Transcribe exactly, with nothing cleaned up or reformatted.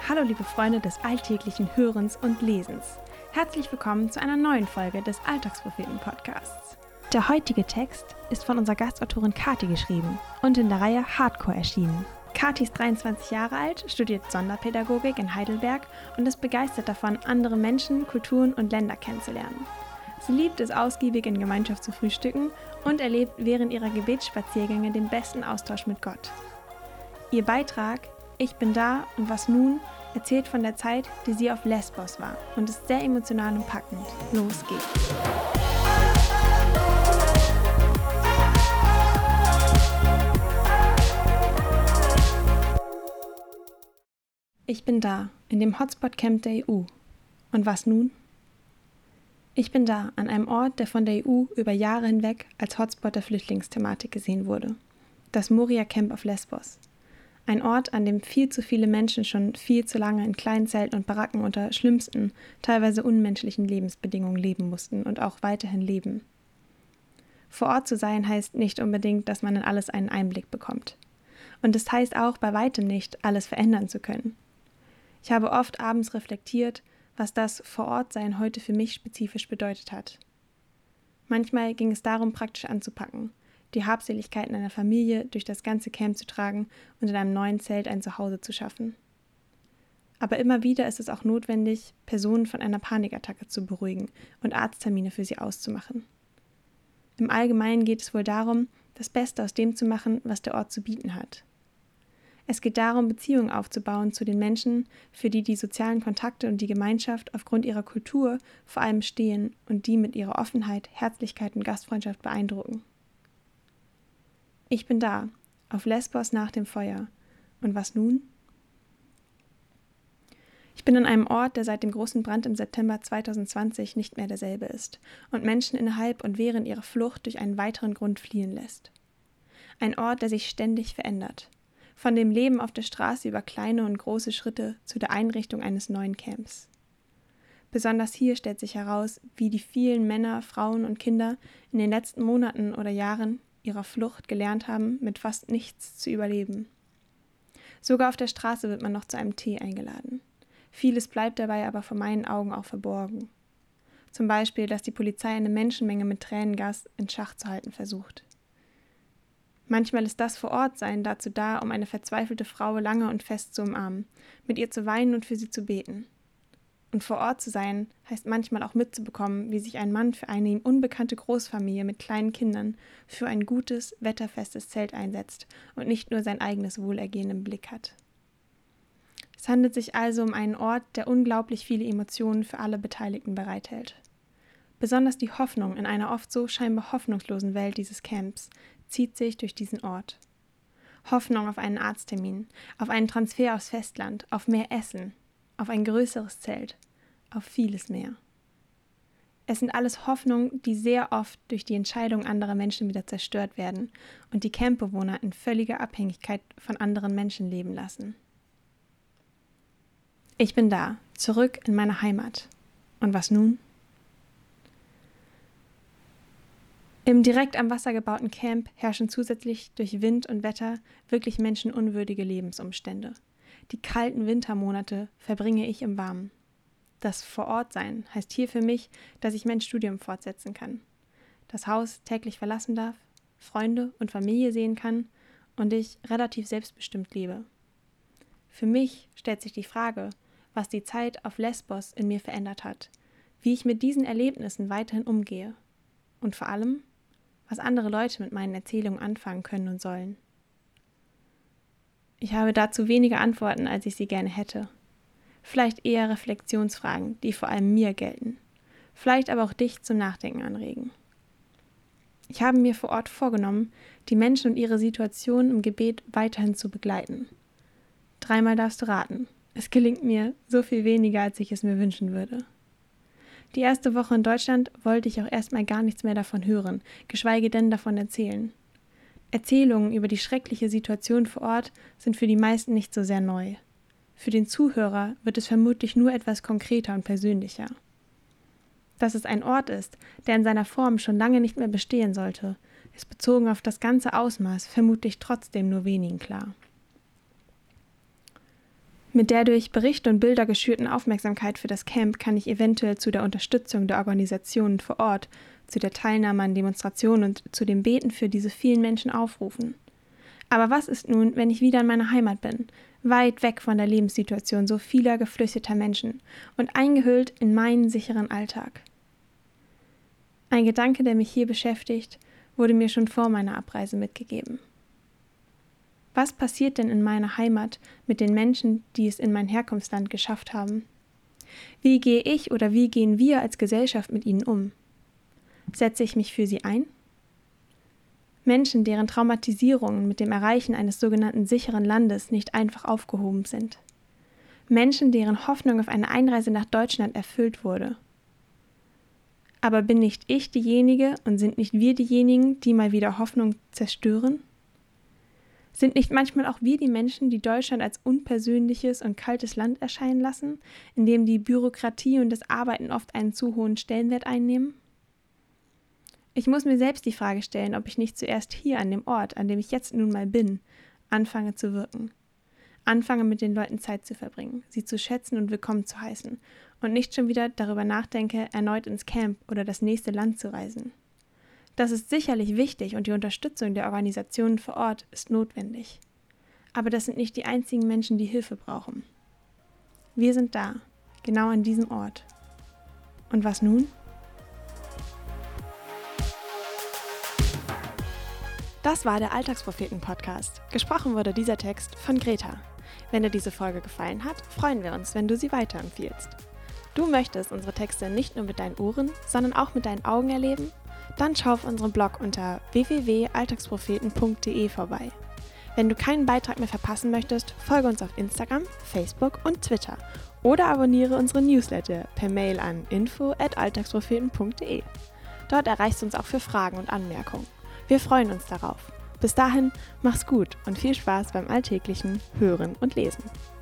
Hallo liebe Freunde des alltäglichen Hörens und Lesens. Herzlich willkommen zu einer neuen Folge des Alltagspropheten-Podcasts. Der heutige Text ist von unserer Gastautorin Kathi geschrieben und in der Reihe Hardcore erschienen. Kathi ist dreiundzwanzig Jahre alt, studiert Sonderpädagogik in Heidelberg und ist begeistert davon, andere Menschen, Kulturen und Länder kennenzulernen. Sie liebt es, ausgiebig in Gemeinschaft zu frühstücken und erlebt während ihrer Gebetsspaziergänge den besten Austausch mit Gott. Ihr Beitrag Ich bin da und was nun erzählt von der Zeit, die sie auf Lesbos war und ist sehr emotional und packend. Los geht's! Ich bin da, in dem Hotspot-Camp der E U. Und was nun? Ich bin da, an einem Ort, der von der E U über Jahre hinweg als Hotspot der Flüchtlingsthematik gesehen wurde. Das Moria-Camp auf Lesbos. Ein Ort, an dem viel zu viele Menschen schon viel zu lange in kleinen Zelten und Baracken unter schlimmsten, teilweise unmenschlichen Lebensbedingungen leben mussten und auch weiterhin leben. Vor Ort zu sein heißt nicht unbedingt, dass man in alles einen Einblick bekommt. Und es heißt auch bei weitem nicht, alles verändern zu können. Ich habe oft abends reflektiert, was das Vor-Ort-Sein heute für mich spezifisch bedeutet hat. Manchmal ging es darum, praktisch anzupacken, die Habseligkeiten einer Familie durch das ganze Camp zu tragen und in einem neuen Zelt ein Zuhause zu schaffen. Aber immer wieder ist es auch notwendig, Personen von einer Panikattacke zu beruhigen und Arzttermine für sie auszumachen. Im Allgemeinen geht es wohl darum, das Beste aus dem zu machen, was der Ort zu bieten hat. Es geht darum, Beziehungen aufzubauen zu den Menschen, für die die sozialen Kontakte und die Gemeinschaft aufgrund ihrer Kultur vor allem stehen und die mit ihrer Offenheit, Herzlichkeit und Gastfreundschaft beeindrucken. Ich bin da, auf Lesbos nach dem Feuer. Und was nun? Ich bin an einem Ort, der seit dem großen Brand im September zweitausendzwanzig nicht mehr derselbe ist und Menschen innerhalb und während ihrer Flucht durch einen weiteren Grund fliehen lässt. Ein Ort, der sich ständig verändert. Von dem Leben auf der Straße über kleine und große Schritte zu der Einrichtung eines neuen Camps. Besonders hier stellt sich heraus, wie die vielen Männer, Frauen und Kinder in den letzten Monaten oder Jahren ihrer Flucht gelernt haben, mit fast nichts zu überleben. Sogar auf der Straße wird man noch zu einem Tee eingeladen. Vieles bleibt dabei aber vor meinen Augen auch verborgen. Zum Beispiel, dass die Polizei eine Menschenmenge mit Tränengas in Schach zu halten versucht. Manchmal ist das Vor-Ort-Sein dazu da, um eine verzweifelte Frau lange und fest zu umarmen, mit ihr zu weinen und für sie zu beten. Und vor Ort zu sein, heißt manchmal auch mitzubekommen, wie sich ein Mann für eine ihm unbekannte Großfamilie mit kleinen Kindern für ein gutes, wetterfestes Zelt einsetzt und nicht nur sein eigenes Wohlergehen im Blick hat. Es handelt sich also um einen Ort, der unglaublich viele Emotionen für alle Beteiligten bereithält. Besonders die Hoffnung in einer oft so scheinbar hoffnungslosen Welt dieses Camps zieht sich durch diesen Ort. Hoffnung auf einen Arzttermin, auf einen Transfer aufs Festland, auf mehr Essen, auf ein größeres Zelt, auf vieles mehr. Es sind alles Hoffnungen, die sehr oft durch die Entscheidung anderer Menschen wieder zerstört werden und die Campbewohner in völliger Abhängigkeit von anderen Menschen leben lassen. Ich bin da, zurück in meine Heimat. Und was nun? Im direkt am Wasser gebauten Camp herrschen zusätzlich durch Wind und Wetter wirklich menschenunwürdige Lebensumstände. Die kalten Wintermonate verbringe ich im Warmen. Das Vor-Ort-Sein heißt hier für mich, dass ich mein Studium fortsetzen kann, das Haus täglich verlassen darf, Freunde und Familie sehen kann und ich relativ selbstbestimmt lebe. Für mich stellt sich die Frage, was die Zeit auf Lesbos in mir verändert hat, wie ich mit diesen Erlebnissen weiterhin umgehe und vor allem, was andere Leute mit meinen Erzählungen anfangen können und sollen. Ich habe dazu weniger Antworten, als ich sie gerne hätte. Vielleicht eher Reflexionsfragen, die vor allem mir gelten. Vielleicht aber auch dich zum Nachdenken anregen. Ich habe mir vor Ort vorgenommen, die Menschen und ihre Situation im Gebet weiterhin zu begleiten. Dreimal darfst du raten. Es gelingt mir so viel weniger, als ich es mir wünschen würde. Die erste Woche in Deutschland wollte ich auch erstmal gar nichts mehr davon hören, geschweige denn davon erzählen. Erzählungen über die schreckliche Situation vor Ort sind für die meisten nicht so sehr neu. Für den Zuhörer wird es vermutlich nur etwas konkreter und persönlicher. Dass es ein Ort ist, der in seiner Form schon lange nicht mehr bestehen sollte, ist bezogen auf das ganze Ausmaß vermutlich trotzdem nur wenigen klar. Mit der durch Berichte und Bilder geschürten Aufmerksamkeit für das Camp kann ich eventuell zu der Unterstützung der Organisationen vor Ort, zu der Teilnahme an Demonstrationen und zu dem Beten für diese vielen Menschen aufrufen. Aber was ist nun, wenn ich wieder in meiner Heimat bin, weit weg von der Lebenssituation so vieler geflüchteter Menschen und eingehüllt in meinen sicheren Alltag? Ein Gedanke, der mich hier beschäftigt, wurde mir schon vor meiner Abreise mitgegeben. Was passiert denn in meiner Heimat mit den Menschen, die es in mein Herkunftsland geschafft haben? Wie gehe ich oder wie gehen wir als Gesellschaft mit ihnen um? Setze ich mich für sie ein? Menschen, deren Traumatisierungen mit dem Erreichen eines sogenannten sicheren Landes nicht einfach aufgehoben sind. Menschen, deren Hoffnung auf eine Einreise nach Deutschland erfüllt wurde. Aber bin nicht ich diejenige und sind nicht wir diejenigen, die mal wieder Hoffnung zerstören? Sind nicht manchmal auch wir die Menschen, die Deutschland als unpersönliches und kaltes Land erscheinen lassen, in dem die Bürokratie und das Arbeiten oft einen zu hohen Stellenwert einnehmen? Ich muss mir selbst die Frage stellen, ob ich nicht zuerst hier an dem Ort, an dem ich jetzt nun mal bin, anfange zu wirken. Anfange mit den Leuten Zeit zu verbringen, sie zu schätzen und willkommen zu heißen und nicht schon wieder darüber nachdenke, erneut ins Camp oder das nächste Land zu reisen. Das ist sicherlich wichtig und die Unterstützung der Organisationen vor Ort ist notwendig. Aber das sind nicht die einzigen Menschen, die Hilfe brauchen. Wir sind da, genau an diesem Ort. Und was nun? Das war der Alltagspropheten-Podcast. Gesprochen wurde dieser Text von Greta. Wenn dir diese Folge gefallen hat, freuen wir uns, wenn du sie weiterempfiehlst. Du möchtest unsere Texte nicht nur mit deinen Ohren, sondern auch mit deinen Augen erleben? Dann schau auf unserem Blog unter w w w punkt alltagspropheten punkt d e vorbei. Wenn du keinen Beitrag mehr verpassen möchtest, folge uns auf Instagram, Facebook und Twitter oder abonniere unsere Newsletter per Mail an info at alltagspropheten punkt d e. Dort erreichst du uns auch für Fragen und Anmerkungen. Wir freuen uns darauf. Bis dahin, mach's gut und viel Spaß beim alltäglichen Hören und Lesen.